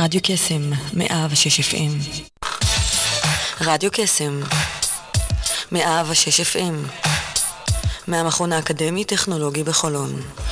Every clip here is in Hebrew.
רדיו קסם, 106 FM. רדיו קסם, 106 FM. מהמכון האקדמי-טכנולוגי בחולון.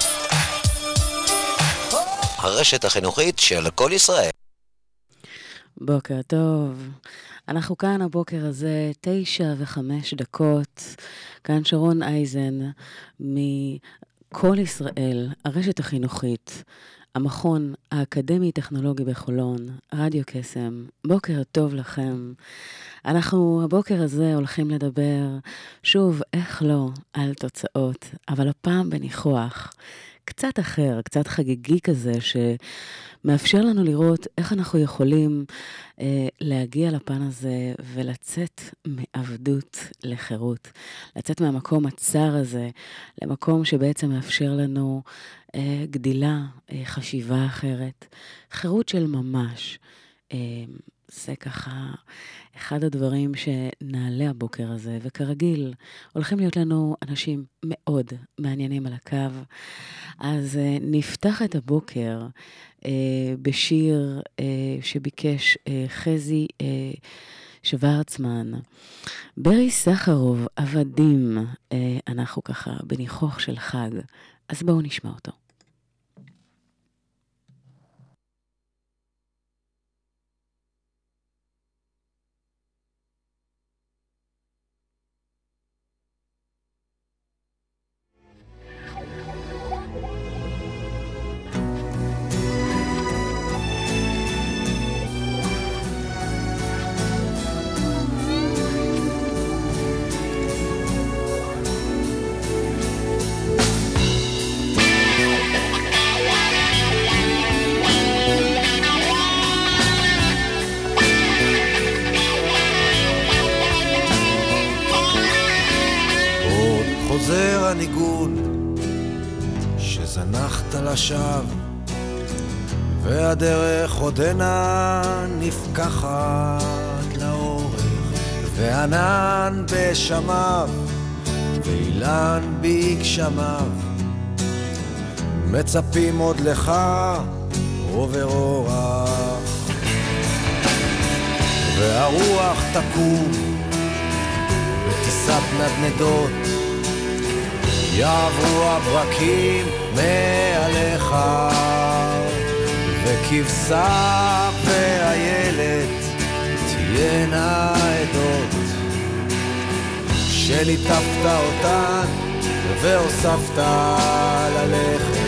הרשת החינוכית של כל ישראל. בוקר טוב. אנחנו כאן הבוקר הזה 9:05. כאן שרון אייזן מכל ישראל, הרשת החינוכית, המכון האקדמי-טכנולוגי בחולון, רדיו קסם. בוקר טוב לכם. אנחנו הבוקר הזה הולכים לדבר שוב, איך לא, על תוצאות, אבל הפעם בניחוח קצת אחר, קצת חגיגי כזה, שמאפשר לנו לראות איך אנחנו יכולים להגיע לפן הזה ולצאת מעבדות לחירות. לצאת מהמקום הצר הזה למקום שבעצם מאפשר לנו גדילה, חשיבה אחרת, חירות של ממש. זה ככה אחד הדברים שנעלה הבוקר הזה, וכרגיל הולכים להיות לנו אנשים מאוד מעניינים על הקו. אז נפתח את הבוקר בשיר שביקש חזי שוורצמן, ברי סחרוב, עבדים. אנחנו ככה בניחוח של חג, אז בואו נשמע אותו. חוזר הניגון שזנחת לשווא, והדרך עודנה נפקחת לאורך, וענן בשמיו ואילן בגשמיו, מצפים עוד לך עובר אורח, והרוח תקום בטיסת נדנדות, יעברו הברקים מעליך, וכבשה והילד תהיינה עדות שליטפת אותן והוספת ללכת.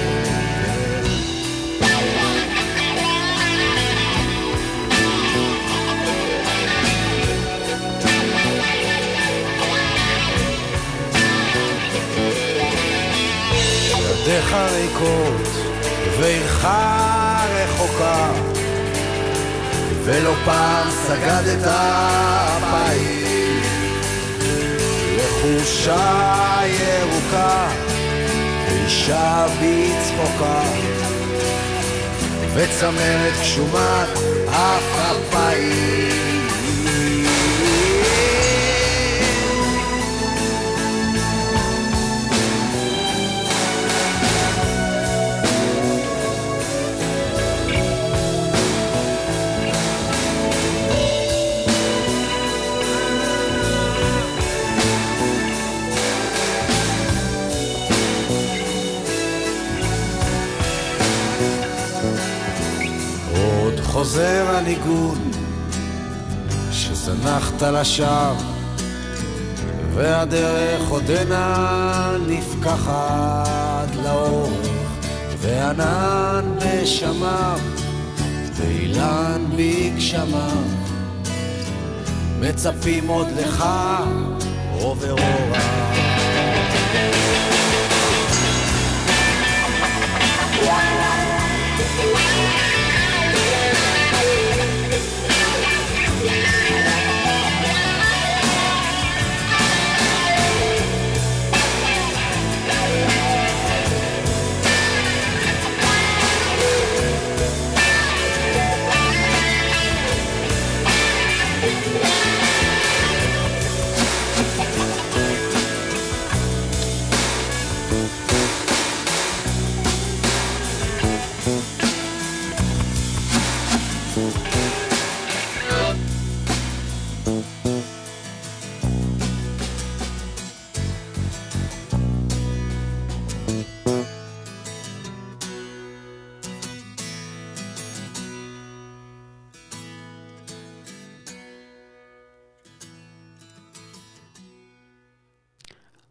ידיך ריקות ועירך רחוקה, ולא פעם סגדת אפיים לחושה ירוקה, ואישה בצחוקה וצמרת גשומת אפיים. חוזר הניגון שזנחת לשווא, והדרך עודנה נפקחת לאורך, וענן בשמיו ואילן בגשמיו, מצפים עוד לך עובר אורח.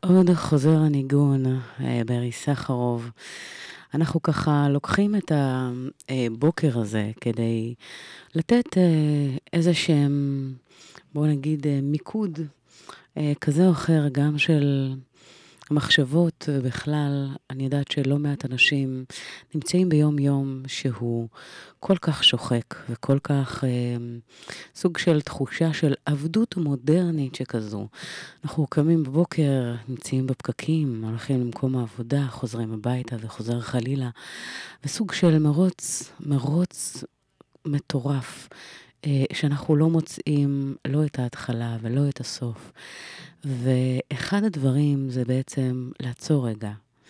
עוד חוזר הניגון, ברי סחרוב. אנחנו ככה לוקחים את הבוקר הזה כדי לתת איזה שהם, בואו נגיד, מיקוד כזה או אחר, גם של המחשבות בכלל. אני יודעת שלא מעט אנשים נמצאים ביום יום שהוא כל כך שוחק וכל כך סוג של תחושה של עבדות מודרנית שכזו. אנחנו קמים בבוקר, נמצאים בפקקים, הולכים למקום העבודה, חוזרים הביתה וחוזר חלילה, וסוג של מרוץ מטורף, שאנחנו לא מוצאים לא את ההתחלה ולא את הסוף. ואחד הדברים זה בעצם לעצור רגע,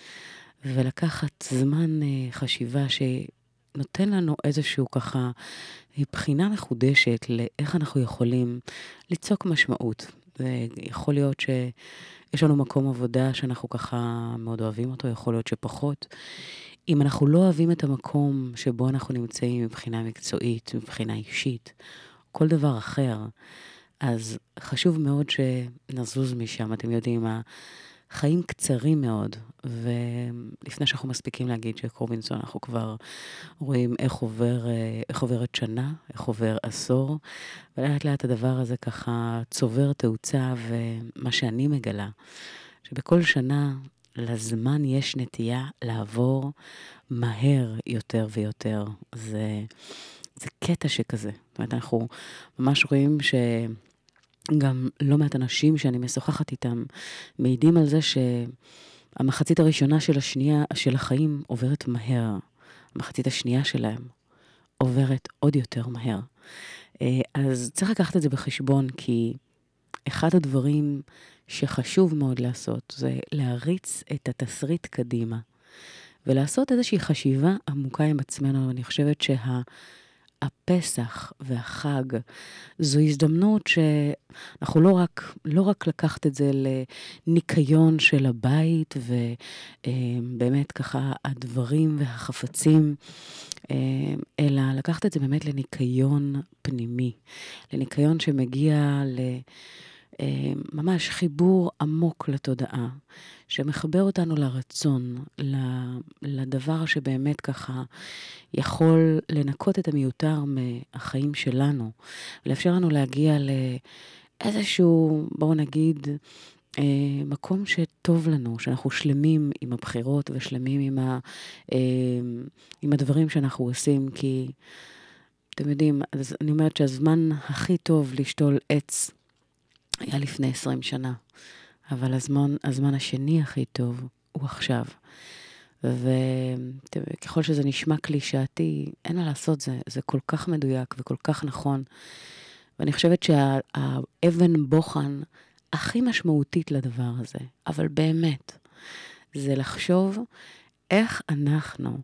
ולקחת זמן חשיבה שנותן לנו איזשהו ככה בחינה מחודשת לאיך אנחנו יכולים ליצוק משמעות. ויכול להיות שיש לנו מקום עבודה שאנחנו ככה מאוד אוהבים אותו, יכול להיות שפחות. אם אנחנו לא אוהבים את המקום שבו אנחנו נמצאים מבחינה מקצועית, מבחינה אישית, כל דבר אחר, אז חשוב מאוד שנזוז משם. אתם יודעים, החיים קצרים מאוד, ולפני שאנחנו מספיקים להגיד שקורבינסון, אנחנו כבר רואים איך עוברת שנה, איך עובר עשור, ולאט לאט הדבר הזה ככה צובר תאוצה, ומה שאני מגלה, שבכל שנה לזמן יש נטייה לעבור מהר יותר ויותר. זה קטע שכזה. זאת אומרת, אנחנו ממש רואים שגם לא מעט אנשים שאני משוחחת איתם, מעידים על זה שהמחצית הראשונה של החיים עוברת מהר. המחצית השנייה שלהם עוברת עוד יותר מהר. אז צריך לקחת את זה בחשבון, כי אחד הדברים שחשוב מאוד לעשות, זה להריץ את התסריט קדימה, ולעשות איזושהי חשיבה עמוקה עם עצמנו. אני חושבת שהפסח והחג זו הזדמנות שאנחנו לא רק לקחת את זה לניקיון של הבית, ובאמת ככה הדברים והחפצים, אלא לקחת את זה באמת לניקיון פנימי, לניקיון שמגיע ממש חיבור עמוק לתודעה, שמחבר אותנו לרצון, לדבר שבאמת ככה יכול לנקות את המיותר מהחיים שלנו, ולאפשר לנו להגיע לאיזשהו, בואו נגיד, מקום שטוב לנו, שאנחנו שלמים עם הבחירות ושלמים עם הדברים שאנחנו עושים, כי אתם יודעים, אז אני אומרת שהזמן הכי טוב לשתול עץ היה לפני 20 שנה, אבל הזמן השני הכי טוב הוא עכשיו. וככל שזה נשמע קלישאתי, אין מה לעשות, זה כל כך מדויק וכל כך נכון. ואני חושבת שהאבן בוחן הכי משמעותית לדבר הזה, אבל באמת, זה לחשוב איך אנחנו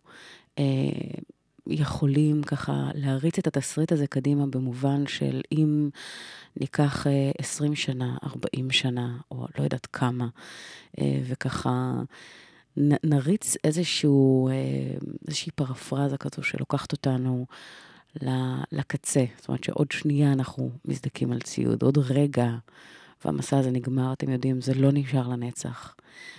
יכולים ככה להריץ את התסריט הזה קדימה, במובן של אם ניקח 20 שנה, 40 שנה, או לא יודעת כמה, וככה נריץ איזושהי פרפרזה כזו שלוקחת אותנו לקצה. זאת אומרת שעוד שנייה אנחנו מזדקים על ציוד, עוד רגע, והמסע הזה נגמר. אתם יודעים, זה לא נשאר לנצח.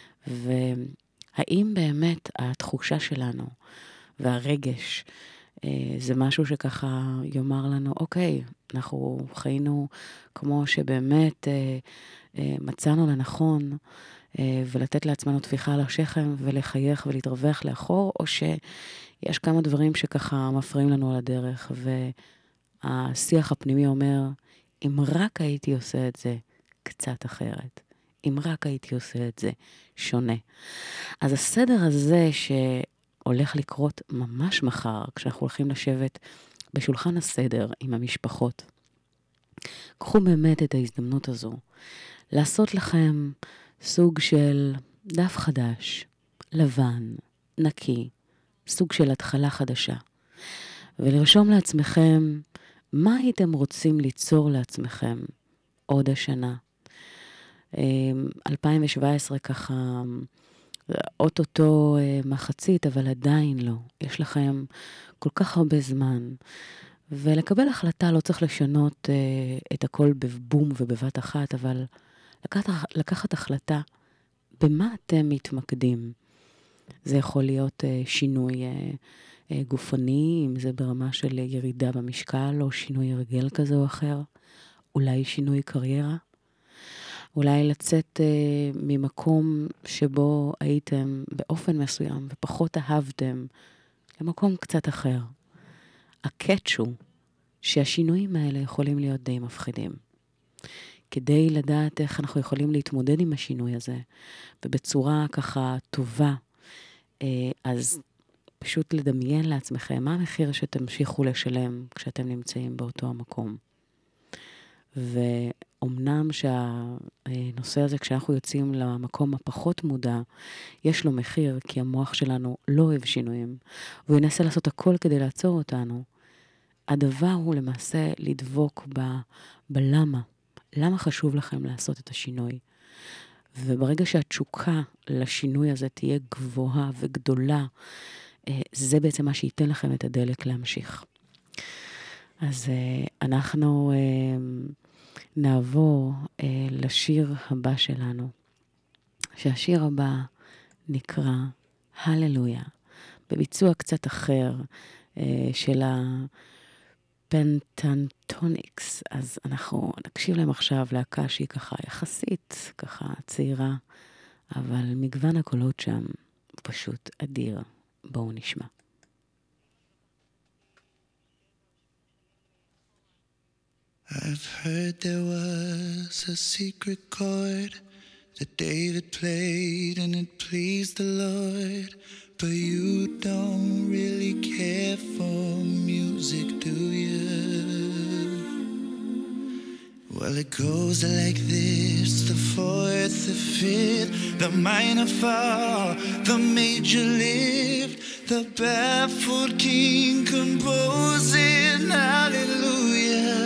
והאם באמת התחושה שלנו והרגש זה משהו שככה יאמר לנו, אוקיי, אנחנו חיינו כמו שבאמת מצאנו לנכון, ולתת לעצמנו תפיחה על השכם ולחייך ולהתרווח לאחור, או שיש כמה דברים שככה מפריעים לנו על הדרך, והשיח הפנימי אומר, אם רק הייתי עושה את זה קצת אחרת, אם רק הייתי עושה את זה שונה. אז הסדר הזה שהולך לקרות ממש מחר, כשאנחנו הולכים לשבת בשולחן הסדר עם המשפחות, קחו באמת את ההזדמנות הזו, לעשות לכם סוג של דף חדש, לבן, נקי, סוג של התחלה חדשה, ולרשום לעצמכם מה הייתם רוצים ליצור לעצמכם עוד השנה. 2017 ככה, אוטוטו מחצית, אבל עדיין לא. יש לכם כל כך הרבה זמן, ולקבל החלטה לא צריך לשנות את הכל בבום ובבת אחת, אבל לקחת החלטה במה אתם מתמקדים? זה יכול להיות שינוי גופני, אם זה ברמה של ירידה במשקל, או שינוי הרגל כזה או אחר. אולי שינוי קריירה. אולי לצאת ממקום שבו הייתם באופן מסוים ופחות אהבתם, למקום קצת אחר. הקאץ' הוא שהשינויים האלה יכולים להיות די מפחידים. כדי לדעת איך אנחנו יכולים להתמודד עם השינוי הזה, ובצורה ככה טובה, אז פשוט לדמיין לעצמכם מה המחיר שתמשיכו לשלם כשאתם נמצאים באותו המקום. ואומנם שהנושא הזה, כשאנחנו יוצאים למקום הפחות מודע, יש לו מחיר, כי המוח שלנו לא אוהב שינויים, והוא ינסה לעשות הכל כדי לעצור אותנו. הדבר הוא למעשה לדבוק בלמה. למה חשוב לכם לעשות את השינוי? וברגע שהתשוקה לשינוי הזה תהיה גבוהה וגדולה, זה בעצם מה שייתן לכם את הדלק להמשיך. אז אנחנו נעבור לשיר הבא שלנו, שהשיר הבא נקרא הללויה, בביצוע קצת אחר של הפנטנטוניקס. אז אנחנו נקשיב להם עכשיו להקה שהיא ככה יחסית, ככה צעירה, אבל מגוון הקולות שם פשוט אדיר. בואו נשמע. I've heard there was a secret chord that David played and it pleased the Lord, but you don't really care for music, do you? Well, it goes like this: the fourth, the fifth, the minor fall, the major lift, the baffled king composing hallelujah.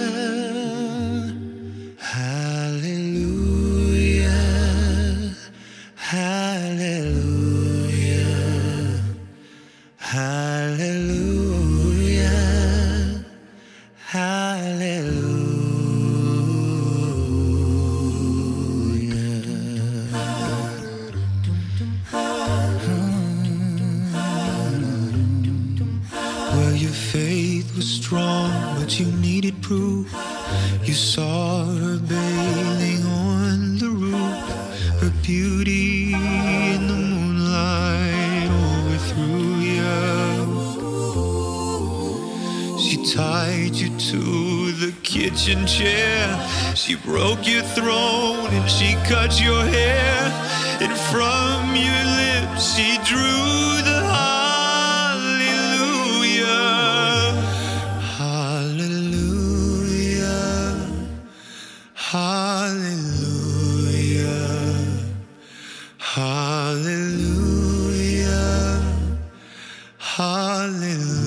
Hallelujah, hallelujah, hallelujah, hallelujah. Well, your faith was strong, but you needed proof. You saw her bathing on the roof, her beauty in the moonlight overthrew you. She tied you to the kitchen chair, she broke your throne and she cut your hair, and from your lips she drew the hallelujah. Hallelujah, hallelujah, hallelujah, hallelujah.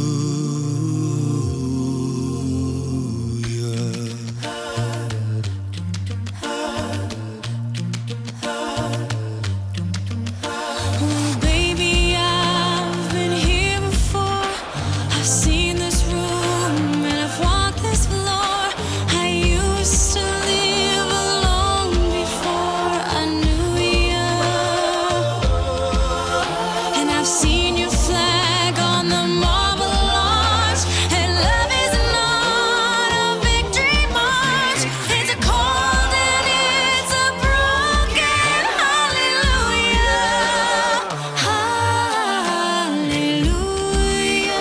Oh, baby, I've been here before. I've seen this room and I've walked this floor. I used to live alone before I knew you, and I've seen your flag on the marble arch. And love is not a victory march. It's a cold and it's a broken hallelujah. Hallelujah,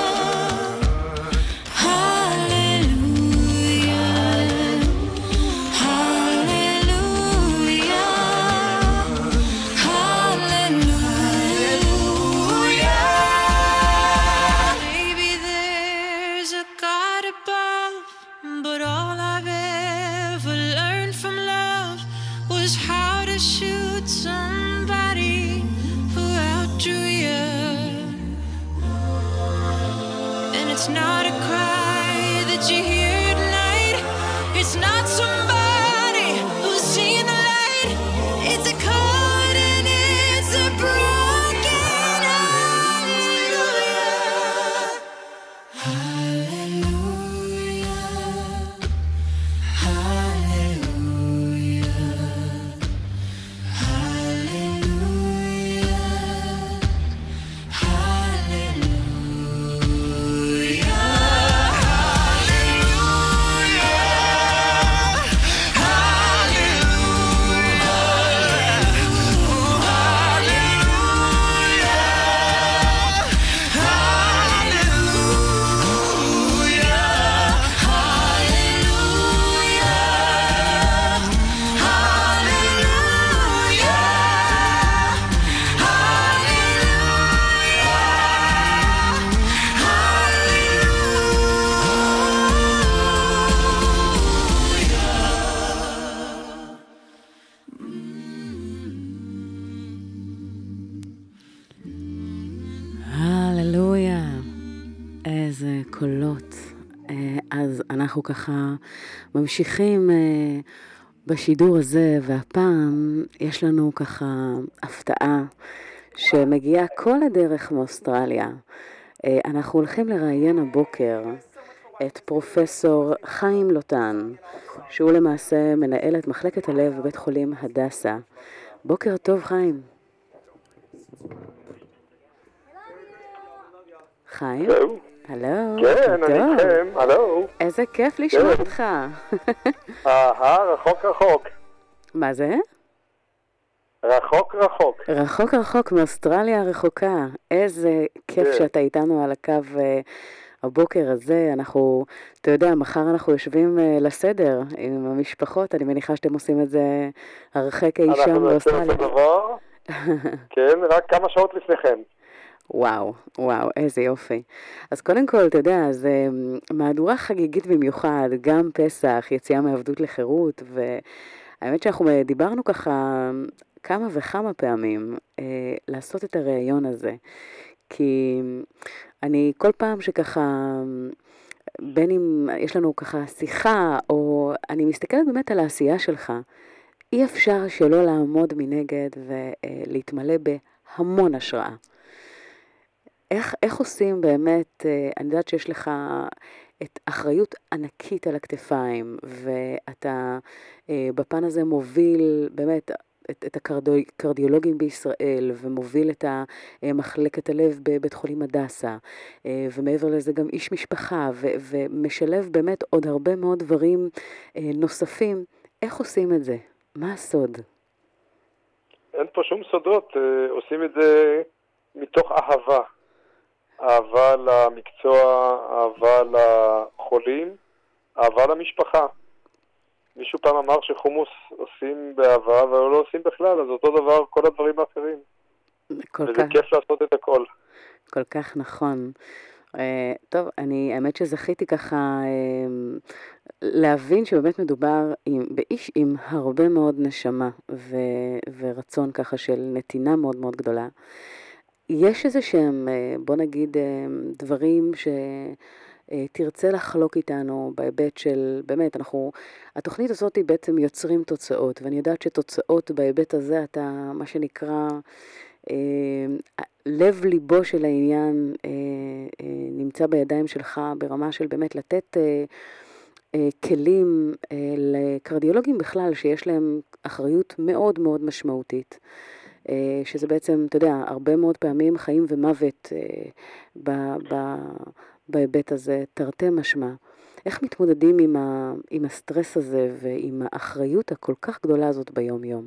hallelujah, hallelujah. Maybe there's a God above, but all I've ever learned from love was how to shoot somebody who outdrew you. And it's not a cry that you hear at night. It's not somebody who's seen the light. It's a cold and it's a broken hallelujah. Hallelujah, hallelujah, hallelujah. קולות. אז אנחנו ככה ממשיכים בשידור הזה, והפעם יש לנו ככה הפתעה שמגיעה כל הדרך מאוסטרליה. אנחנו הולכים לראיין הבוקר את פרופסור חיים לוטן, שהוא למעשה מנהל את מחלקת הלב בבית חולים הדסה. בוקר טוב, חיים. חיים? הלו. כן, אני איתכם, הלו. איזה כיף לשמוע אותך. רחוק רחוק. מה זה? רחוק רחוק. רחוק רחוק מאוסטרליה הרחוקה. איזה כיף שאתה איתנו על הקו הבוקר הזה. אנחנו, אתה יודע, מחר אנחנו יושבים לסדר עם המשפחות. אני מניחה שאתם עושים את זה הרחק אי שם באוסטרליה. אנחנו נעשה את הדבר. כן, רק כמה שעות לפניכם. וואו, וואו, איזה יופי. אז קודם כל, אתה יודע, זה מהדורה חגיגית במיוחד, גם פסח, יציאה מעבדות לחירות, והאמת שאנחנו דיברנו ככה כמה וכמה פעמים לעשות את הראיון הזה, כי אני כל פעם שככה, בין אם יש לנו ככה שיחה, או אני מסתכלת באמת על העשייה שלך, אי אפשר שלא לעמוד מנגד ולהתמלא בהמון השראה. איך עושים באמת, אני יודעת שיש לך את אחריות ענקית על הכתפיים, ואתה בפן הזה מוביל באמת את הקרדיולוגים בישראל, ומוביל את מחלקת הלב בבית חולים הדסה, ומעבר לזה גם איש משפחה, ומשלב באמת עוד הרבה מאוד דברים נוספים. איך עושים את זה? מה הסוד? אין פה שום סודות, עושים את זה מתוך אהבה. אהבה למקצוע, אהבה לחולים, אהבה למשפחה. מישהו פעם אמר שחומוס עושים באהבה, אבל לא עושים בכלל, אז אותו דבר כל הדברים האחרים. וזה כיף לעשות את הכל. כל כך נכון. טוב, האמת שזכיתי ככה להבין שבאמת מדובר באיש עם הרבה מאוד נשמה ורצון ככה של נתינה מאוד מאוד גדולה. יש איזה שהם, בוא נגיד, דברים שתרצה לחלוק איתנו בהיבט של, באמת, התוכנית הזאת היא בעצם יוצרים תוצאות, ואני יודעת שתוצאות בהיבט הזה, אתה, מה שנקרא, לב ליבו של העניין נמצא בידיים שלך ברמה של באמת לתת כלים לקרדיולוגים בכלל, שיש להם אחריות מאוד מאוד משמעותית. שזה בעצם, אתה יודע, הרבה מאוד פעמים חיים ומוות בהיבט הזה, תרתי משמע. איך מתמודדים עם הסטרס הזה ועם האחריות הכל כך גדולה הזאת ביום יום?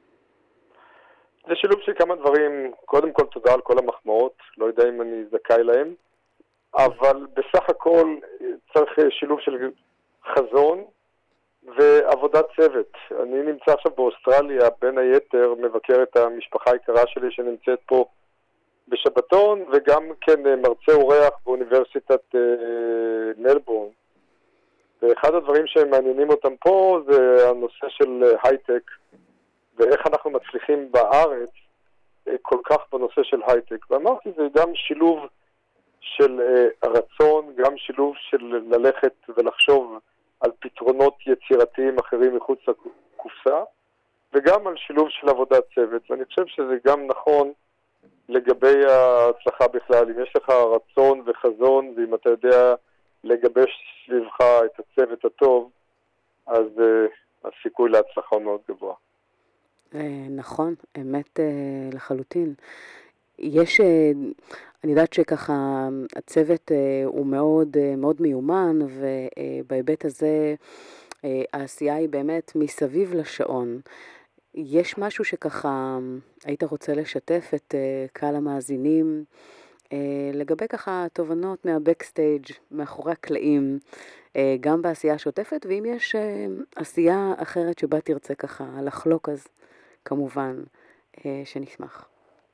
זה שילוב של כמה דברים. קודם כל תודה על כל המחמאות, לא יודע אם אני זכאי להם, אבל בסך הכל צריך שילוב של חזון ועבודת צוות. אני נמצא עכשיו באוסטרליה, בין היתר מבקר את המשפחה היקרה שלי שנמצאת פה בשבתון, וגם כן מרצה אורח באוניברסיטת מלבורן. ואחד הדברים שמעניינים אותם פה זה הנושא של הייטק, ואיך אנחנו מצליחים בארץ כל כך בנושא של הייטק. ואמרתי, זה גם שילוב של הרצון, גם שילוב של ללכת ולחשוב על פתרונות יצירתיים אחרים מחוץ לקופסה, וגם על שילוב של עבודת צוות. ואני חושב שזה גם נכון לגבי ההצלחה בכלל. אם יש לך רצון וחזון, ואם אתה יודע לגבש סביבך את הצוות הטוב, אז הסיכוי להצלחה מאוד גבוה. נכון, אמת לחלוטין. יש, אני יודעת שככה הצוות הוא מאוד מאוד מיומן, ובהיבט הזה העשייה היא באמת מסביב לשעון. יש משהו שככה היית רוצה לשתף את קהל המאזינים לגבי ככה תובנות מהבקסטייג', מאחורי הקלעים, גם בעשייה השוטפת, ואם יש עשייה אחרת שבה תרצה ככה לחלוק, אז כמובן שנשמח.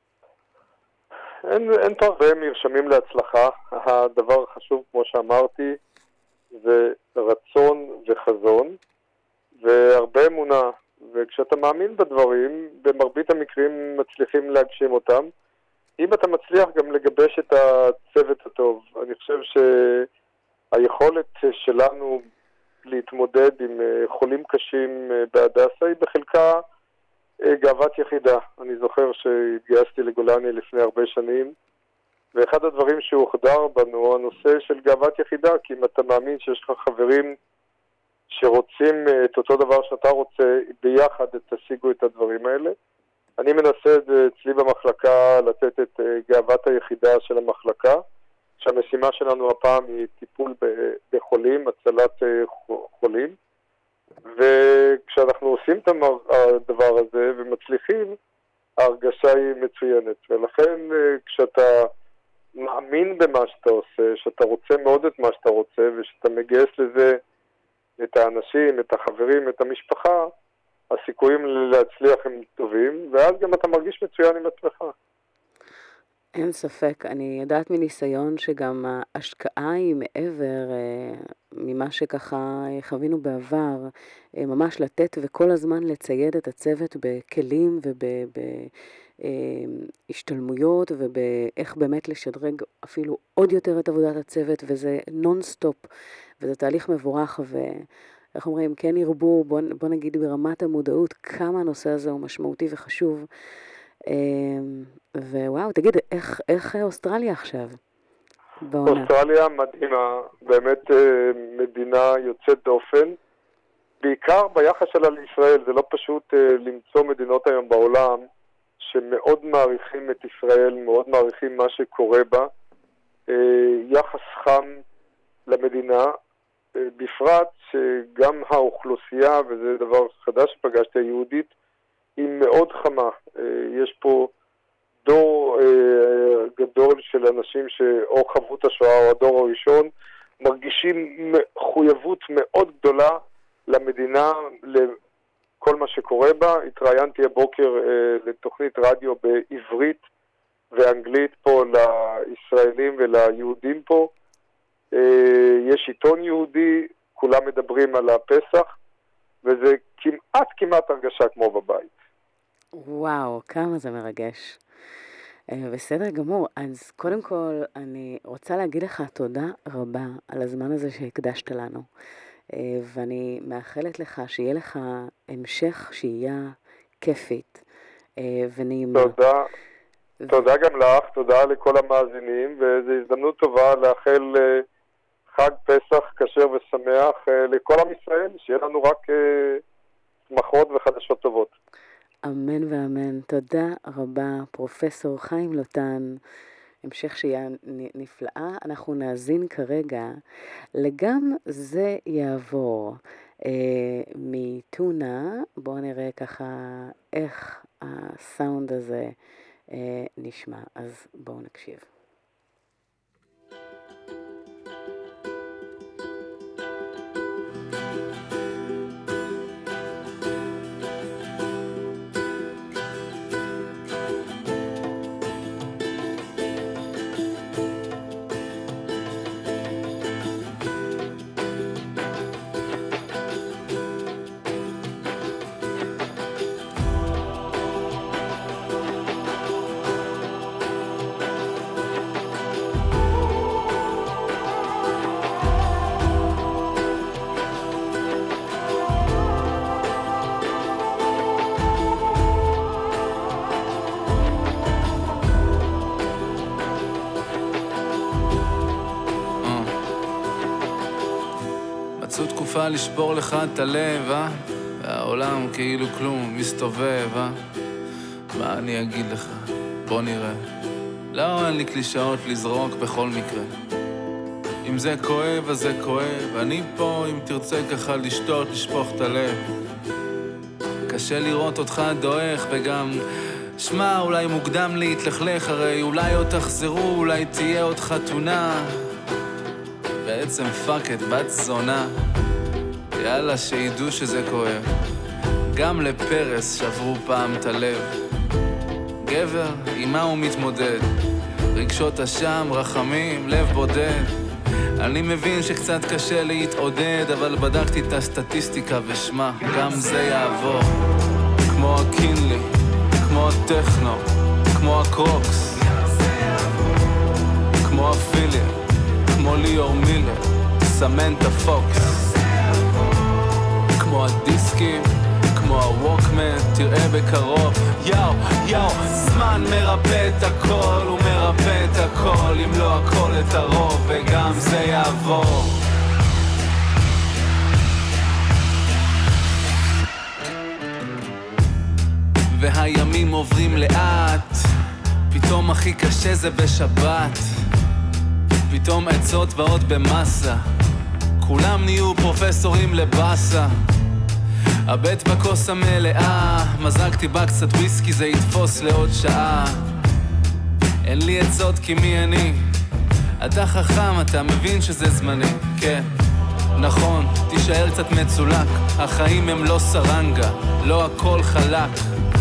אין פה הרבה מרשמים להצלחה. הדבר החשוב, כמו שאמרתי, זה רצון וחזון, והרבה אמונה. וכשאתה מאמין בדברים, במרבית המקרים מצליחים להגשים אותם. אם אתה מצליח גם לגבש את הצוות הטוב, אני חושב היכולת שלנו להתמודד עם חולים קשים בהדסה היא בחלקה גאוות יחידה. אני זוכר שהתגייסתי לגולני לפני הרבה שנים, ואחד הדברים שהוחדר בנו, הנושא של גאוות יחידה, כי אם אתה מאמין שיש לך חברים שרוצים את אותו דבר שאתה רוצה, ביחד תשיגו את הדברים האלה. אני מנסה אצלי במחלקה לתת את גאוות היחידה של המחלקה, שהמשימה שלנו הפעם היא טיפול בחולים, הצלת חולים, וכשאנחנו עושים את הדבר הזה ומצליחים, ההרגשה היא מצוינת. ולכן כשאתה מאמין במה שאתה עושה, שאתה רוצה מאוד את מה שאתה רוצה, ושאתה מגייס לזה את האנשים, את החברים, את המשפחה, הסיכויים להצליח הם טובים, ואז גם אתה מרגיש מצוין עם עצמך. אין ספק, אני יודעת מניסיון שגם ההשקעה היא מעבר ממה שככה חווינו בעבר, ממש לתת וכל הזמן לצייד את הצוות בכלים ובהשתלמויות ובאיך באמת לשדרג אפילו עוד יותר את עבודת הצוות, וזה נונסטופ, וזה תהליך מבורך, ואיך אומרים, כן ירבו, בוא נגיד ברמת המודעות, כמה הנושא הזה הוא משמעותי וחשוב. ווואו, תגיד, איך אוסטרליה עכשיו? אוסטרליה מדהימה, באמת מדינה יוצאת דופן, בעיקר ביחס שלה לישראל. זה לא פשוט למצוא מדינות היום בעולם שמאוד מעריכים את ישראל, מאוד מעריכים מה שקורה בה, יחס חם למדינה, בפרט שגם האוכלוסייה, וזה דבר חדש שפגשתי, היהודית, היא מאוד חמה. יש פה דור גדול של אנשים שאו חוו את השואה או הדור הראשון, מרגישים מחויבות מאוד גדולה למדינה, לכל מה שקורה בה. התראיינתי הבוקר לתוכנית רדיו בעברית ואנגלית פה לישראלים וליהודים פה. יש עיתון יהודי, כולם מדברים על הפסח, וזה כמעט הרגשה כמו בבית. וואו, כמה זה מרגש. בסדר גמור, אז קודם כל אני רוצה להגיד לך תודה רבה על הזמן הזה שהקדשת לנו, ואני מאחלת לך שיהיה לך המשך שהייה כיפית ונעימה. תודה גם לך, תודה לכל המאזינים, וזו הזדמנות טובה לאחל חג פסח כשר ושמח לכל עם ישראל, שיהיה לנו רק שמחות וחדשות טובות. אמן ואמן. תודה רבה, פרופסור חיים לוטן. המשך שהייה נפלאה. אנחנו נאזין כרגע לגם זה יעבור מטונה. בואו נראה ככה איך הסאונד הזה נשמע. אז בואו נקשיב. תקופה לשבור לך את הלב, והעולם כאילו כלום מסתובב, מה אני אגיד לך? בוא נראה. לא, אין לי קלישאות לזרוק בכל מקרה. אם זה כואב, אז זה כואב. אני פה, אם תרצה ככה לשתות, לשפוך את הלב. קשה לראות אותך דועך, וגם שמע, אולי מוקדם להתלכלך, הרי אולי עוד תחזרו, אולי תהיה עוד חתונה. בעצם פאקט, בת זונה. יאללה, שידעו שזה כואב. גם לפרס שברו פעם את הלב. גבר, עם מה הוא מתמודד? רגשות אשם, רחמים, לב בודד. אני מבין שקצת קשה להתעודד, אבל בדקתי את הסטטיסטיקה ושמע, גם זה יעבור. כמו הקינלי, כמו הטכנו, כמו הקרוקס, כמו הפיליה, כמו ליאור מילר, סמן את הפוקס. כמו הדיסקים, כמו הווקמן, תראה בקרוב. יאו, יאו, זמן מרפא את הכל, הוא מרפא את הכל, אם לא הכל את הרוב, וגם זה יעבור. והימים עוברים לאט, פתאום הכי קשה זה בשבת, פתאום עצות ועוד במסה, כולם נהיו פרופסורים לבאסה. הבט בכוס המלאה, מזגתי בה קצת וויסקי, זה יתפוס לעוד שעה. אין לי עצות כי מי אני? אתה חכם, אתה מבין שזה זמני. כן, נכון, תישאר קצת מצולק, החיים הם לא סרנגה, לא הכל חלק.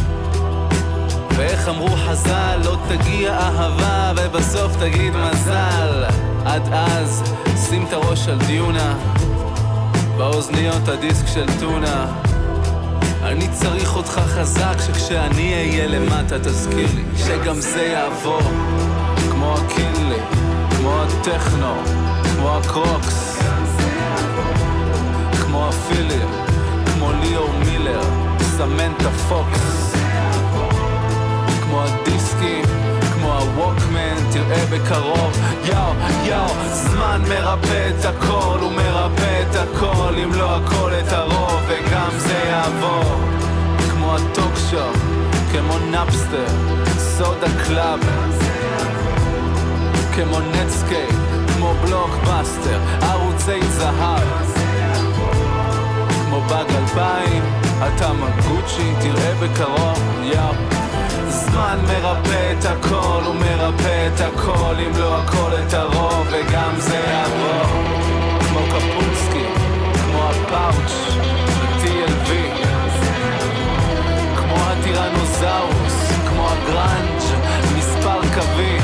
ואיך אמרו חז"ל, לא תגיע אהבה ובסוף תגיד מזל. עד אז שים את הראש על דיונה, באוזניות הדיסק של טונה. אני צריך אותך חזק, שכשאני אהיה למטה תזכיר לי שגם זה יעבור. כמו הקינלי, כמו הטכנו, כמו הקרוקס, כמו הפילים, כמו ליאו מילר, סמן את הפוקס. כמו הדיסקים, כמו הווקמן, תראה בקרוב. יאו, יאו, זמן מרפא את הכל, הוא מרפא את הכל, אם לא הכל את הרוב, וגם זה יעבור. כמו הטוקשו, כמו נאפסטר, סודה קלאב, כמו נטסקייפ, כמו בלוקבאסטר, ערוצי זהב. כמו באג 2000, אתה מגוצ'י, תראה בקרוב. יאו, זמן מרפא את הכל, הוא מרפא את הכל, אם לא הכל את הרוב, וגם זה יעבור. כמו קפונסקי, כמו הפאוץ' ב-TLV, כמו הטירנוזאוס, כמו הגרנג' מספר קווי,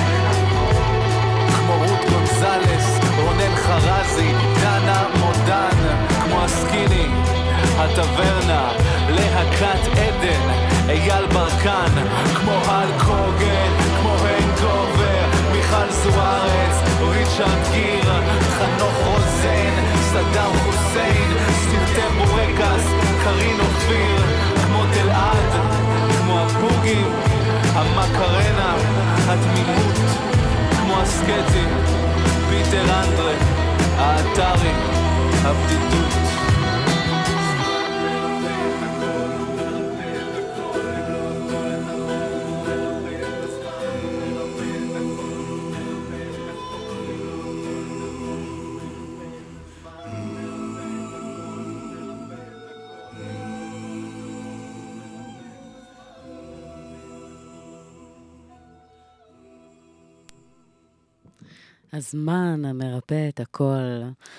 כמו רות גונזלס, רונן חרזי, דנה מודן, כמו הסקיני, הטברנה, להקת עדן, אייל ברקן, כמו הל קוגן, כמו הנגובר, מיכל זוארץ, ריצ'רד גיר, חנוך רוזן, סדאם חוסיין, סרטי בורקס, קרין אופיר, כמו תלעד, כמו הבוגים, המקרנה, התמימות, כמו הסקטים, פיטר אנדרה, האתרי, הבדידות. הזמן המרפא את הכל.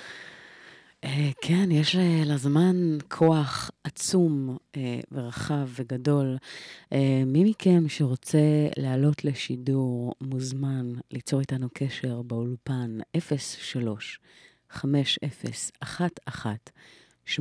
כן, יש לזמן כוח עצום ורחב וגדול. מי מכם שרוצה לעלות לשידור מוזמן ליצור איתנו קשר באולפן 03-5011-834.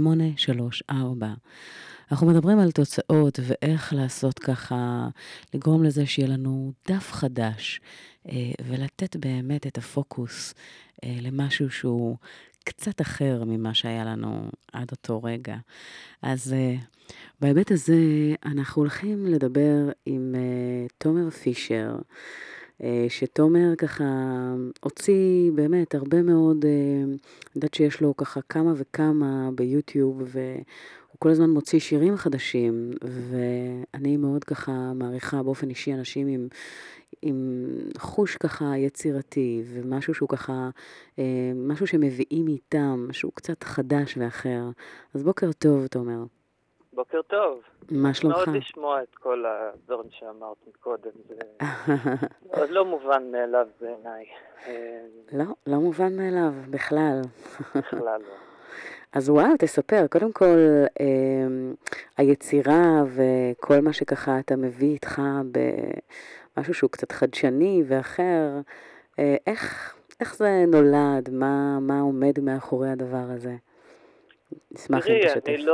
אנחנו מדברים על תוצאות ואיך לעשות ככה, לגרום לזה שיהיה לנו דף חדש, ולתת באמת את הפוקוס למשהו שהוא קצת אחר ממה שהיה לנו עד אותו רגע. אז בהיבט הזה אנחנו הולכים לדבר עם תומר פישר, שתומר ככה הוציא באמת הרבה מאוד, אני יודעת שיש לו ככה כמה וכמה ביוטיוב, והוא כל הזמן מוציא שירים חדשים, ואני מאוד ככה מעריכה באופן אישי אנשים עם חוש ככה יצירתי, ומשהו שהוא ככה, משהו שמביאים איתם, משהו קצת חדש ואחר. אז בוקר טוב, תומר. בוקר טוב. מה שלומך? מאוד לשמוע את כל הדברים שאמרת מקודם, זה עוד לא מובן מאליו בעיניי. לא מובן מאליו, בכלל. בכלל לא. אז וואו, תספר, קודם כל, היצירה וכל מה שככה אתה מביא איתך במשהו שהוא קצת חדשני ואחר, איך זה נולד? מה עומד מאחורי הדבר הזה? נשמח אם תשתף. תראי,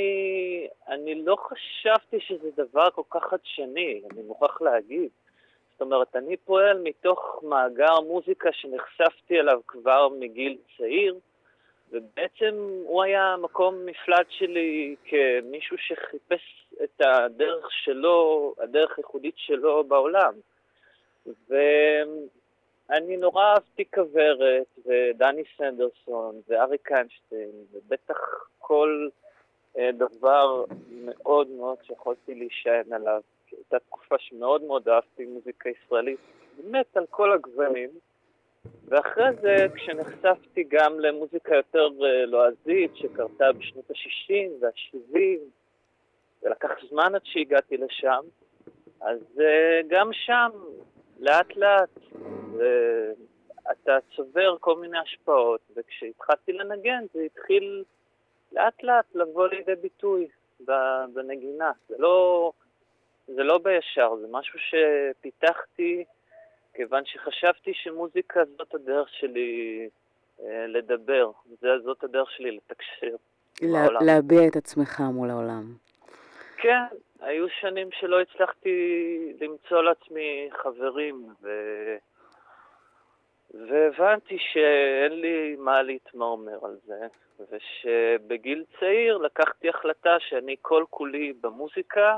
אני לא חשבתי שזה דבר כל כך חדשני, אני מוכרח להגיד. זאת אומרת, אני פועל מתוך מאגר מוזיקה שנחשפתי אליו כבר מגיל צעיר, ובעצם הוא היה המקום מפלט שלי כמישהו שחיפש את הדרך שלו, הדרך הייחודית שלו בעולם. ואני נורא אהבתי כוורת, ודני סנדרסון, ואריק איינשטיין, ובטח כל דבר מאוד מאוד שיכולתי להישען עליו. הייתה תקופה שמאוד מאוד אהבתי מוזיקה ישראלית, באמת על כל הגוונים. ואחרי זה, כשנחשפתי גם למוזיקה יותר לועזית, שקרתה בשנות ה-60 וה-70, ולקח זמן עד שהגעתי לשם, אז גם שם, לאט לאט, אתה צובר כל מיני השפעות, וכשהתחלתי לנגן, זה התחיל לאט לאט לבוא לידי ביטוי בנגינה. זה לא בישר, זה משהו שפיתחתי, כיוון שחשבתי שמוזיקה זאת הדרך שלי לדבר, זאת הדרך שלי לתקשר בעולם. להביע את עצמך מול העולם. כן, היו שנים שלא הצלחתי למצוא לעצמי חברים, והבנתי שאין לי מה להתמרמר על זה, ושבגיל צעיר לקחתי החלטה שאני כל כולי במוזיקה,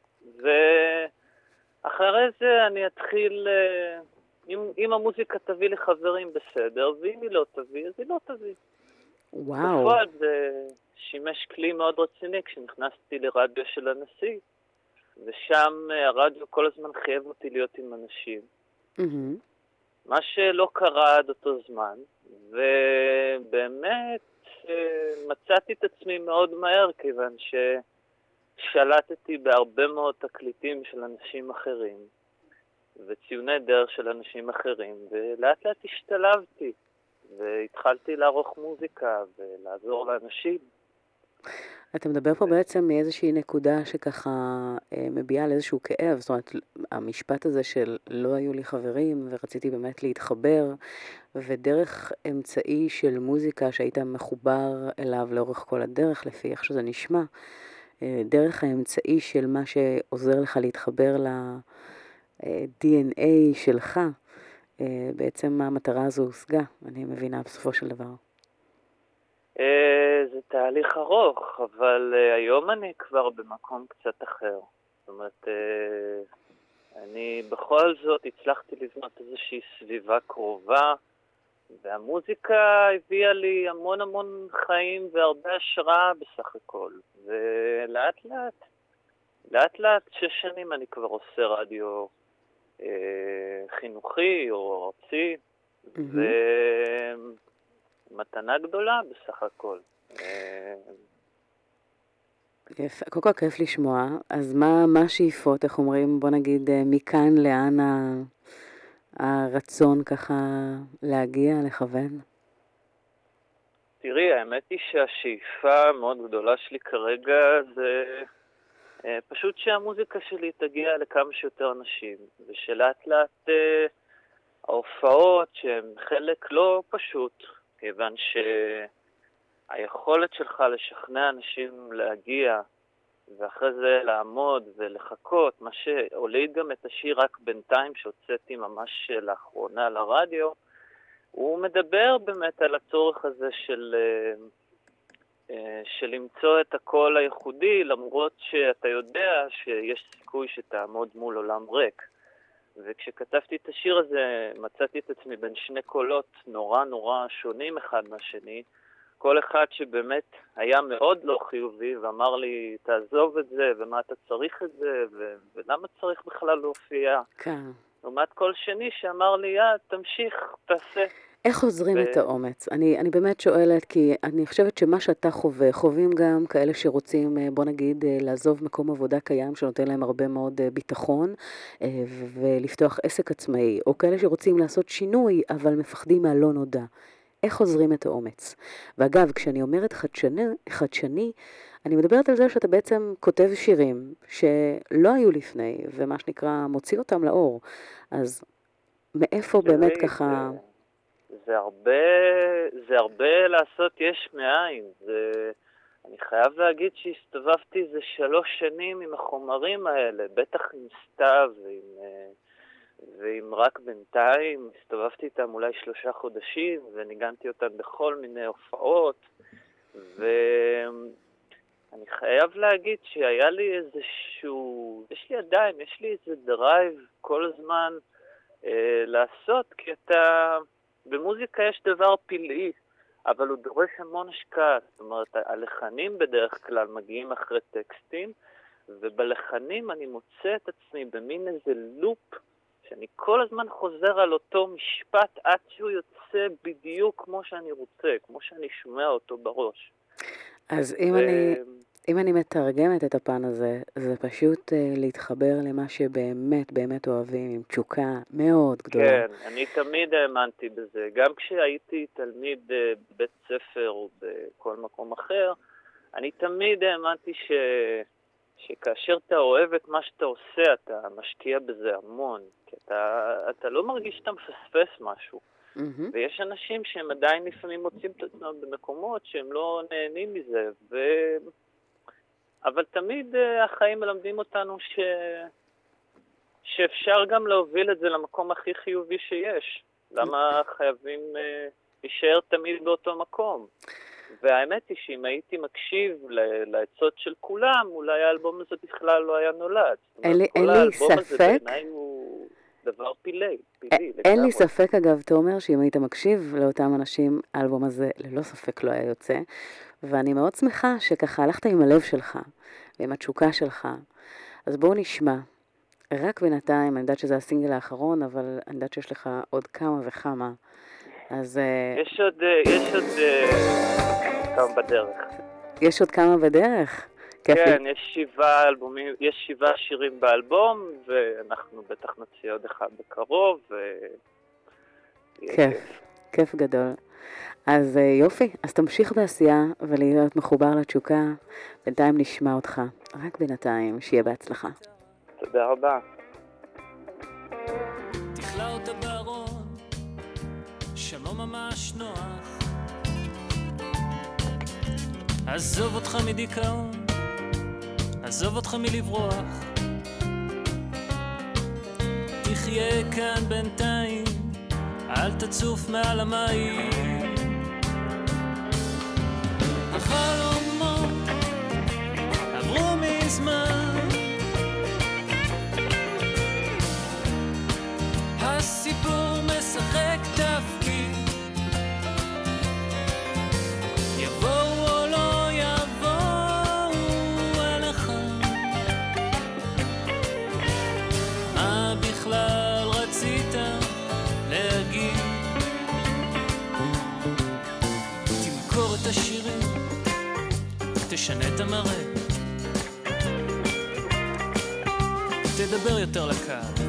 ואחרי זה אני אתחיל, אם המוזיקה תביא לי חברים בסדר, ואם היא לא תביא, אז היא לא תביא. וואו. בפועל זה שימש כלי מאוד רציני כשנכנסתי לרדיו של הנשיא, ושם הרדיו כל הזמן חייב אותי להיות עם אנשים. מה שלא קרה עד אותו זמן, ובאמת מצאתי את עצמי מאוד מהר, כיוון ששלטתי בהרבה מאוד תקליטים של אנשים אחרים, וציוני דרך של אנשים אחרים, ולאט לאט השתלבתי, והתחלתי לערוך מוזיקה ולעזור לאנשים. אתה מדבר פה בעצם מאיזושהי נקודה שככה מביאה על איזשהו כאב, זאת אומרת, המשפט הזה של לא היו לי חברים ורציתי באמת להתחבר, ודרך אמצעי של מוזיקה שהיית מחובר אליו לאורך כל הדרך, לפי איך שזה נשמע, דרך האמצעי של מה שעוזר לך להתחבר ל-DNA שלך, בעצם המטרה הזו הושגה, אני מבינה בסופו של דבר. זה תהליך ארוך, אבל היום אני כבר במקום קצת אחר. זאת אומרת, אני בכל זאת הצלחתי לבנות איזושהי סביבה קרובה, והמוזיקה הביאה לי המון המון חיים והרבה השראה בסך הכל. ולאט לאט, 6 שנים אני כבר עושה רדיו חינוכי או ארצי, מתנה גדולה בסך הכל. כל כך כיף לשמוע. אז מה השאיפות, איך אומרים, בוא נגיד, מכאן לאן הרצון ככה להגיע, לכוון? תראי, האמת היא שהשאיפה המאוד גדולה שלי כרגע זה פשוט שהמוזיקה שלי תגיע לכמה שיותר אנשים, ושלאט לאט ההופעות שהן חלק לא פשוט, כיוון שהיכולת שלך לשכנע אנשים להגיע, ואחרי זה לעמוד ולחכות, מה שהוליד גם את השיר רק בינתיים שהוצאתי ממש לאחרונה לרדיו, הוא מדבר באמת על הצורך הזה של למצוא את הקול הייחודי, למרות שאתה יודע שיש סיכוי שתעמוד מול עולם ריק. וכשכתבתי את השיר הזה, מצאתי את עצמי בין 2 קולות נורא נורא שונים אחד מהשני, כל אחד שבאמת היה מאוד לא חיובי, ואמר לי, תעזוב את זה, ומה אתה צריך את זה, ולמה צריך בכלל להופיע? כן. לעומת כל שני שאמר לי, תמשיך, תעשה. איך עוזרים את האומץ? אני באמת שואלת, כי אני חושבת שמה שאתה חווים גם כאלה שרוצים, בוא נגיד, לעזוב מקום עבודה קיים שנותן להם הרבה מאוד ביטחון, ולפתוח עסק עצמאי, או כאלה שרוצים לעשות שינוי, אבל מפחדים מהלא נודע. איך עוזרים את האומץ? ואגב, כשאני אומרת חדשני, אני מדברת על זה שאתה בעצם כותב שירים שלא היו לפני, ומה שנקרא מוציא אותם לאור. אז מאיפה באמת ככה... זה הרבה לעשות יש מאין. אני חייב להגיד שהסתובבתי איזה 3 שנים עם החומרים האלה, בטח עם סתיו ואם רק בינתיים, הסתובבתי איתם אולי 3 חודשים, וניגנתי אותם בכל מיני הופעות, ואני חייב להגיד שהיה לי איזשהו, יש לי איזה דרייב כל הזמן לעשות, כי במוזיקה יש דבר פלאי, אבל הוא דורש המון השקעה. זאת אומרת, הלחנים בדרך כלל מגיעים אחרי טקסטים, ובלחנים אני מוצא את עצמי במין איזה לופ, שאני כל הזמן חוזר על אותו משפט עד שהוא יוצא בדיוק כמו שאני רוצה, כמו שאני שומע אותו בראש. אז אם אני מתרגמת את הפן הזה, זה פשוט להתחבר למה שבאמת באמת אוהבים, עם תשוקה מאוד גדולה. כן, אני תמיד האמנתי בזה. גם כשהייתי תלמיד בבית ספר או בכל מקום אחר, אני תמיד האמנתי שכאשר אתה אוהב את מה שאתה עושה, אתה משקיע בזה המון. כי אתה לא מרגיש שאתה מפספס משהו. ויש אנשים שהם עדיין לפעמים מוצאים את עצמם במקומות שהם לא נהנים מזה. אבל תמיד החיים מלמדים אותנו שאפשר גם להוביל את זה למקום הכי חיובי שיש. למה חייבים להישאר תמיד באותו מקום? והאמת היא שאם הייתי מקשיב לעצות של כולם, אולי האלבום הזה בכלל לא היה נולד. אין לי האלבום הזה ספק. בעיניי הוא דבר פילי. אין לי ספק אגב, תומר, שאם היית מקשיב לאותם אנשים, האלבום הזה ללא ספק לא היה יוצא. ואני מאוד שמחה שככה הלכת עם הלב שלך, ועם התשוקה שלך. אז בואו נשמע. רק בינתיים, אני יודעת שזה הסינגל האחרון, אבל אני יודעת שיש לך עוד כמה וכמה. אז יש עוד כמה בדרך. יש עוד כמה בדרך? כן, יש 7 שירים באלבום, ואנחנו בטח נוציא עוד אחד בקרוב, כיף גדול. אז יופי, אז תמשיך בעשייה ולהיות מחובר לתשוקה. בינתיים נשמע אותך, רק בינתיים, שיהיה בהצלחה. תודה רבה. תכלה אותה בארון, שם לא ממש נוח, עזוב אותך מדיכאון, עזוב אותך מלברוח, תחיה כאן בינתיים, אל תצוף מעל המים. החלומות עברו מזמן, הסיפור משחק תפקיד, יבואו או לא יבואו אליך, מה בכלל רצית להגיד? תמכור את השירים, תשנה את המראה, תדבר יותר לקהל,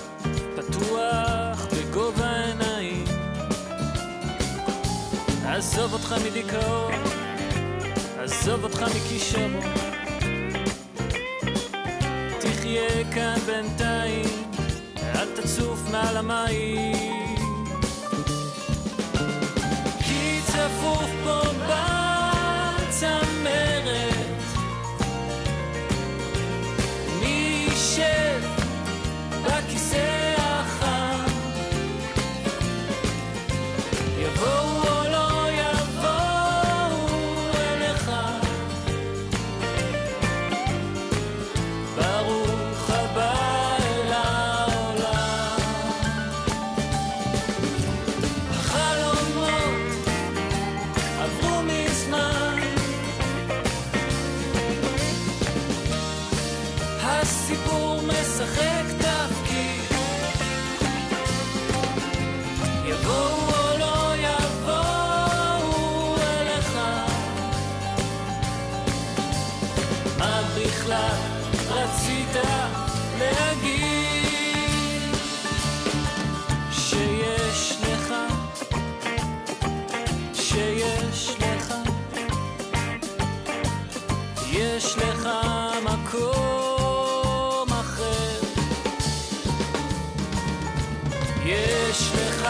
פתוח בגובה העיניים, עזוב אותך מדיכאון, עזוב אותך מכישרון, תחיה כאן בינתיים, אל תצוף מעל המים, כי צפוף פה בצמרת, מי יישב בכיסא החם, יבואו או לא יבואו אליך, ברוך הבא אל העולם. החלומות עברו מזמן, הסיפור משחק תפקיד, יבואו או לא יבואו אליך, מה בכלל רצית להגיד? שיש לך, שיש לך, יש לך מקום אחר, יש לך,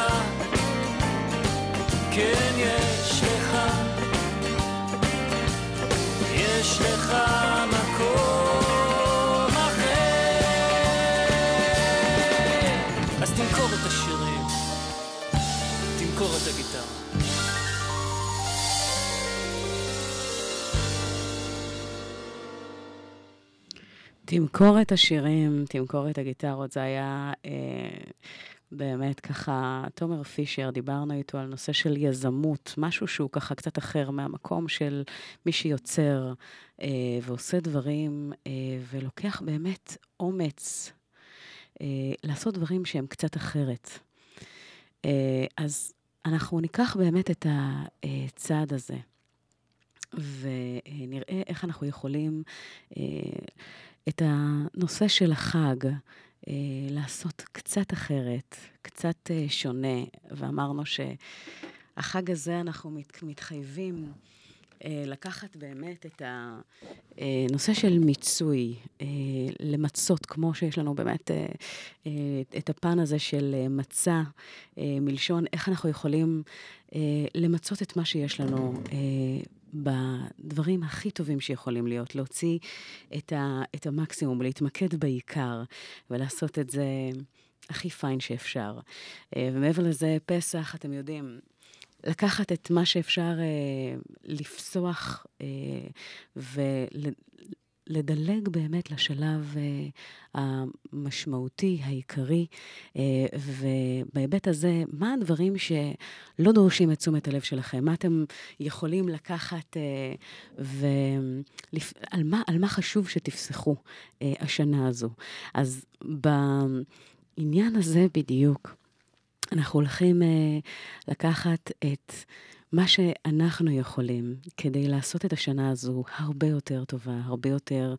כן יש לך, יש לך מקום אחר, תמכור את השירים, תמכור את הגיטרה. תמכור את השירים, תמכור את הגיטרות, זה היה באמת ככה, תומר פישר, דיברנו איתו על נושא של יזמות, משהו שהוא ככה קצת אחר מהמקום של מי שיוצר ועושה דברים ולוקח באמת אומץ לעשות דברים שהם קצת אחרת. אז אנחנו ניקח באמת את הצעד הזה, ונראה איך אנחנו יכולים את הנושא של החג לעשות קצת אחרת, קצת שונה, ואמרנו שהחג הזה אנחנו מתחייבים לקחת באמת את הנושא של מיצוי, למצות, כמו שיש לנו באמת את הפן הזה של מצה, מלשון איך אנחנו יכולים למצות את מה שיש לנו בדברים הכי טובים שיכולים להיות, להוציא את המקסימום, להתמקד בעיקר, ולעשות את זה הכי פיין שאפשר. ומעבר לזה, פסח, אתם יודעים, לקחת את מה שאפשר לפסוח ולדלג באמת לשלב המשמעותי, העיקרי, ובהיבט הזה, מה הדברים שלא דורשים את תשומת הלב שלכם? מה אתם יכולים לקחת על מה חשוב שתפסחו השנה הזו? אז בעניין הזה בדיוק, אנחנו הולכים לקחת את מה שאנחנו יכולים כדי לעשות את השנה הזו הרבה יותר טובה, הרבה יותר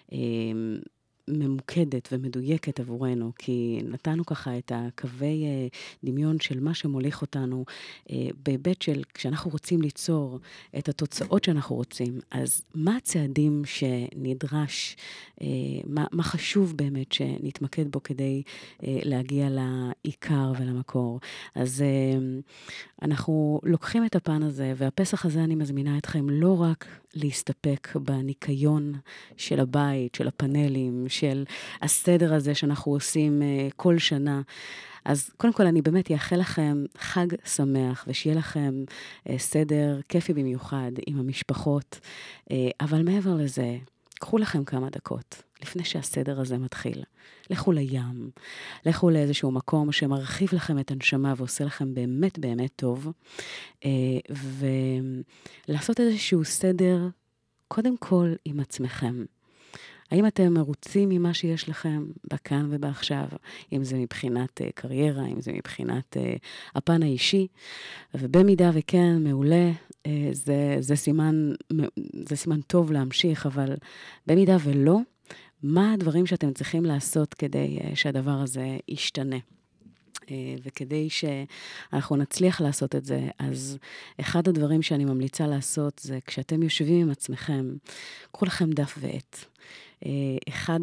ממוקדת ומדויקת עבורנו, כי נתנו ככה את הקווי דמיון של מה שמוליך אותנו בהיבט של כשאנחנו רוצים ליצור את התוצאות שאנחנו רוצים, אז מה הצעדים שנדרש, מה חשוב באמת שנתמקד בו כדי להגיע לעיקר ולמקור. אז אנחנו לוקחים את הפן הזה, והפסח הזה אני מזמינה אתכם לא רק להסתפק בניקיון של הבית, של הפאנלים, של הסדר הזה שאנחנו עושים כל שנה. אז קודם כל אני באמת אאחל לכם חג שמח, ושיהיה לכם סדר כיפי במיוחד עם המשפחות, אבל מעבר לזה, קחו לכם כמה דקות לפני שהסדר הזה מתחיל. לכו לים, לכו לאיזשהו מקום שמרחיב לכם את הנשמה ועושה לכם באמת באמת טוב, ולעשות איזשהו סדר קודם כל עם עצמכם. האם אתם מרוצים ממה שיש לכם בכאן ובעכשיו, אם זה מבחינת קריירה, אם זה מבחינת הפן האישי, ובמידה וכן, מעולה, זה סימן טוב להמשיך, אבל במידה ולא, מה הדברים שאתם צריכים לעשות כדי שהדבר הזה ישתנה? וכדי שאנחנו נצליח לעשות את זה, אז אחד הדברים שאני ממליצה לעשות זה כשאתם יושבים עם עצמכם, קחו לכם דף ועט. אחד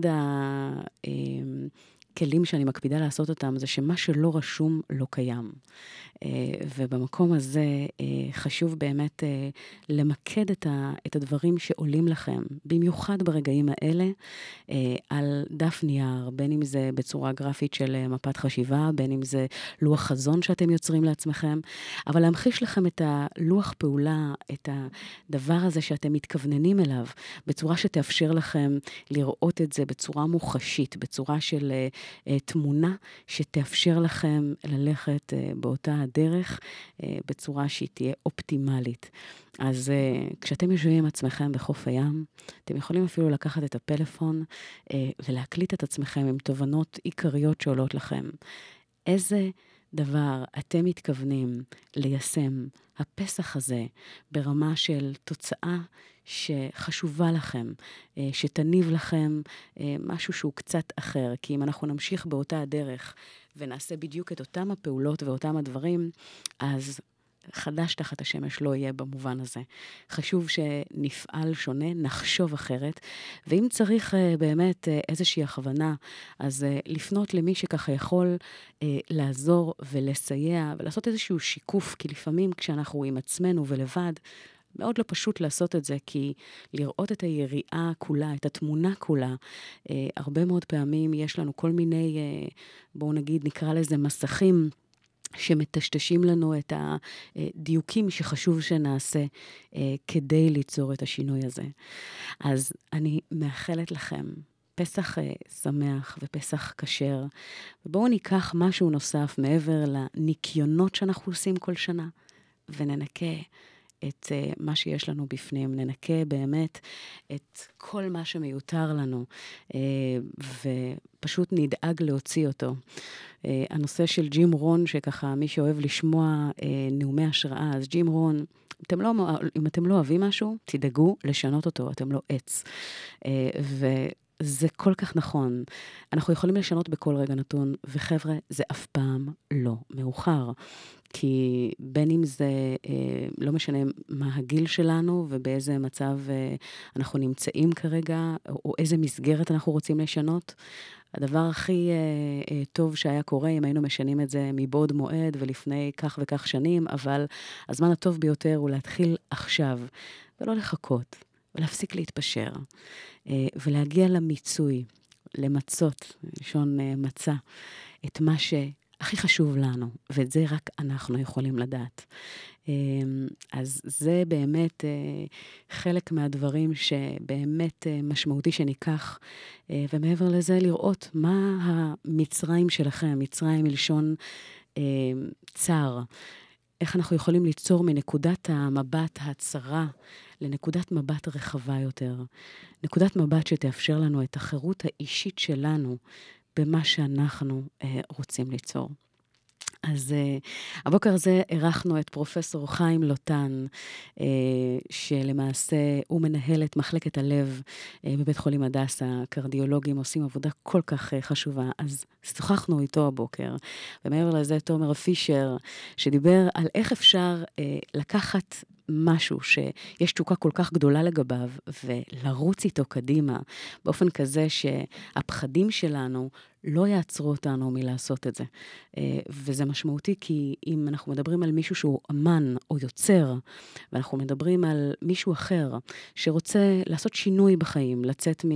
הכלים שאני מקפידה לעשות אותם זה שמה שלא רשום לא קיים. ובמקום הזה חשוב באמת למקד את הדברים שעולים לכם, במיוחד ברגעים האלה, על דף נייר, בין אם זה בצורה גרפית של מפת חשיבה, בין אם זה לוח חזון שאתם יוצרים לעצמכם, אבל להמחיש לכם את הלוח פעולה, את הדבר הזה שאתם מתכווננים אליו, בצורה שתאפשר לכם לראות את זה בצורה מוחשית, בצורה של תמונה שתאפשר לכם ללכת באותה הדרך, בצורה שהיא תהיה אופטימלית. אז כשאתם יושבים עם עצמכם בחוף הים, אתם יכולים אפילו לקחת את הפלאפון ולהקליט את עצמכם עם תובנות עיקריות שעולות לכם. איזה דבר אתם מתכוונים ליישם הפסח הזה ברמה של תוצאה שחשובה לכם, שתניב לכם משהו שהוא קצת אחר, כי אם אנחנו נמשיך באותה הדרך ונעשה בדיוק את אותם הפעולות ואותם הדברים, אז חדש תחת השמש לא יהיה במובן הזה. חשוב שנפעל שונה, נחשוב אחרת, ואם צריך באמת איזושהי הכוונה, אז לפנות למי שככה יכול לעזור ולסייע, ולעשות איזשהו שיקוף, כי לפעמים כשאנחנו עם עצמנו ולבד, מאוד לא פשוט לעשות את זה, כי לראות את היריעה כולה, את התמונה כולה, הרבה מאוד פעמים יש לנו כל מיני, בואו נגיד, נקרא לזה מסכים, שמטשטשים לנו את הדיוקים שחשוב שנעשה כדי ליצור את השינוי הזה. אז אני מאחלת לכם פסח שמח ופסח כשר, ובואו ניקח משהו נוסף מעבר לניקיונות שאנחנו עושים כל שנה, וננקה את מה שיש לנו בפנים, ננקה באמת את כל מה שמיותר לנו, ופשוט נדאג להוציא אותו. הנושא של ג'ים רון, שככה מי שאוהב לשמוע נאומי השראה, אז ג'ים רון, אם אתם לא אוהבים משהו, תדאגו לשנות אותו, אתם לא עץ. זה כל כך נכון. אנחנו יכולים לשנות בכל רגע נתון, וחבר'ה, זה אף פעם לא מאוחר. כי בין אם זה לא משנה מה הגיל שלנו, ובאיזה מצב אנחנו נמצאים כרגע, או איזה מסגרת אנחנו רוצים לשנות, הדבר הכי טוב שהיה קורה, אם היינו משנים את זה מבעוד מועד, ולפני כך וכך שנים, אבל הזמן הטוב ביותר הוא להתחיל עכשיו, ולא לחכות. ולהפסיק להתפשר, ולהגיע למיצוי, למצות, לישון מצא, את מה שהכי חשוב לנו, ואת זה רק אנחנו יכולים לדעת. אז זה באמת חלק מהדברים שבאמת משמעותי שניקח, ומעבר לזה לראות מה המצרים שלכם, מצרים מלשון צר, איך אנחנו יכולים ליצור מנקודת המבט הצרה לנקודת מבט רחבה יותר. נקודת מבט שתאפשר לנו את החירות האישית שלנו במה שאנחנו רוצים ליצור. אז הבוקר הזה ערכנו את פרופסור חיים לוטן, שלמעשה הוא מנהל את מחלקת הלב בבית חולים הדסה. קרדיולוגים עושים עבודה כל כך חשובה, אז שוחחנו איתו הבוקר. ומעבר לזה תומר פישר, שדיבר על איך אפשר לקחת משהו שיש תשוקה כל כך גדולה לגביו, ולרוץ איתו קדימה, באופן כזה שהפחדים שלנו לא יעצרו אותנו מלעשות את זה. וזה משמעותי, כי אם אנחנו מדברים על מישהו שהוא אמן או יוצר, ואנחנו מדברים על מישהו אחר שרוצה לעשות שינוי בחיים, לצאת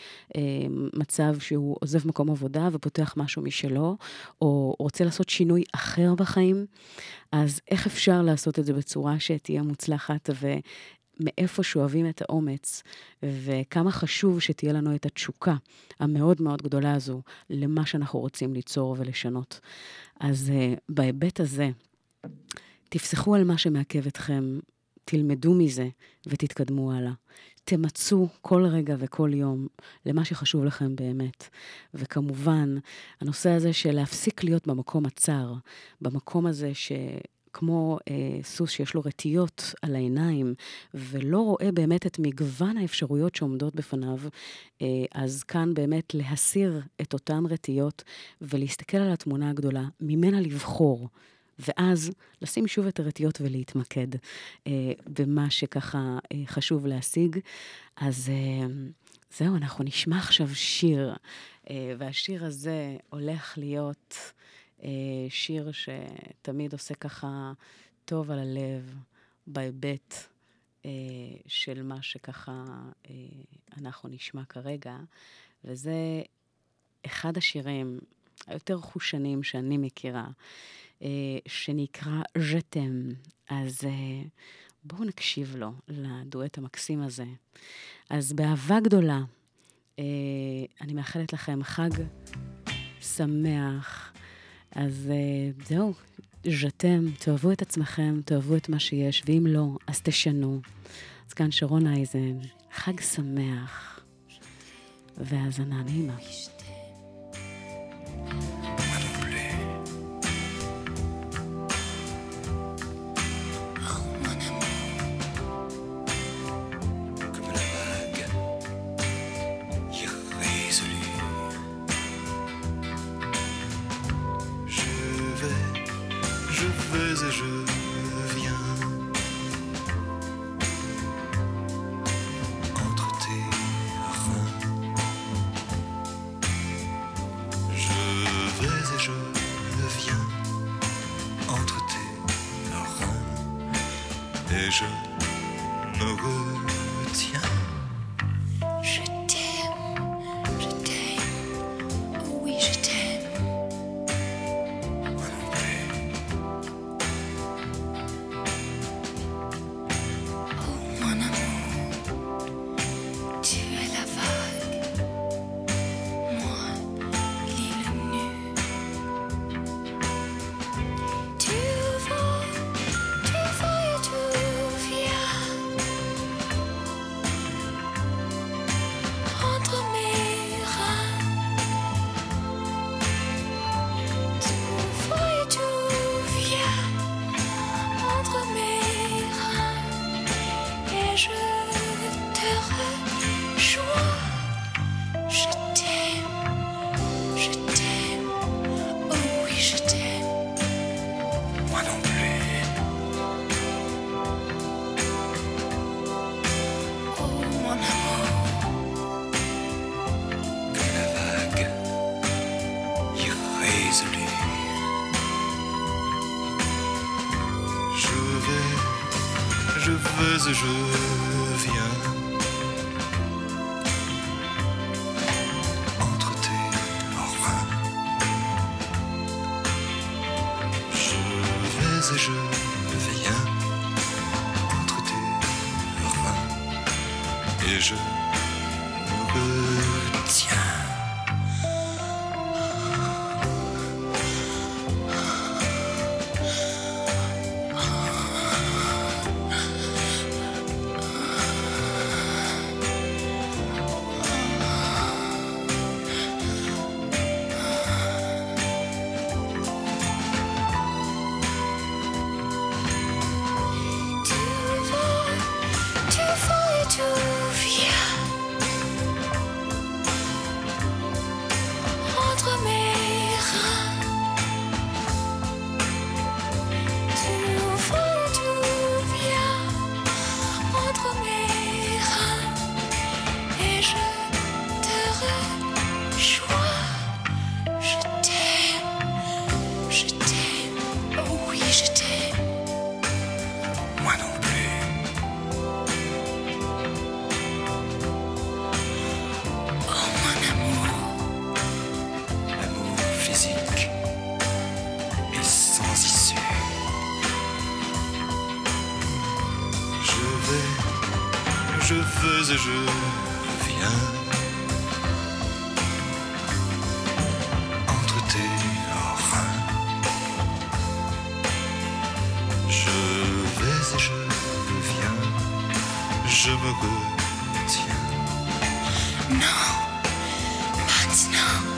ממצב שהוא עוזב מקום עבודה ופותח משהו משלו, או רוצה לעשות שינוי אחר בחיים, אז איך אפשר לעשות את זה בצורה שתהיה מוצלחת מאיפה שואבים את האומץ, וכמה חשוב שתהיה לנו את התשוקה המאוד מאוד גדולה הזו, למה שאנחנו רוצים ליצור ולשנות. אז בהיבט הזה, תפסחו על מה שמעכב אתכם, תלמדו מזה ותתקדמו הלאה. תמצאו כל רגע וכל יום למה שחשוב לכם באמת. וכמובן, הנושא הזה של להפסיק להיות במקום הצר, במקום הזה כמו סוס שיש לו רטיות על העיניים, ולא רואה באמת את מגוון האפשרויות שעומדות בפניו, אז כאן באמת להסיר את אותן רטיות, ולהסתכל על התמונה הגדולה, ממנה לבחור, ואז לשים שוב את הרטיות ולהתמקד במה שככה חשוב להשיג. אז זהו, אנחנו נשמע עכשיו שיר, והשיר הזה הולך להיות שיר שתמיד עושה ככה טוב על הלב, בהיבט של מה שככה אנחנו נשמע כרגע, וזה אחד השירים היותר חושנים שאני מכירה, שנקרא ז'תם. אז בואו נקשיב לו, לדואט המקסים הזה. אז באהבה גדולה, אני מאחלת לכם חג שמח. אז זהו, ז'תם, תאהבו את עצמכם, תאהבו את מה שיש, ואם לא, אז תשנו. אז כאן שרון אייזן, חג שמח, והאזנה נעימה. me retiens. Je t'aime, oh oui je t'aime. Moi non plus. Oh mon amour, tu es la vague, moi l'île nue. Tu vas et tu viens entre mes reins. Tu vas et tu viens entre mes reins. Et je te rejoins. Je t'aime, oh oui je t'aime. Moi non plus. Oh mon amour, Comme la vague irrésolue. Je veux et je viens entre tes reins. Je vais et je viens entre tes reins. Et je me retiens. tu vas et tu viens entre mes reins. Tu vas et tu viens entre mes reins. Et je te rejoins. Je t'aime, oh oui je t'aime. Moi non plus. Oh mon amour, L'amour physique est sans issue. Je veux et je viens entre tes reins. Je vais et je viens, je me retiens. non, maintenant.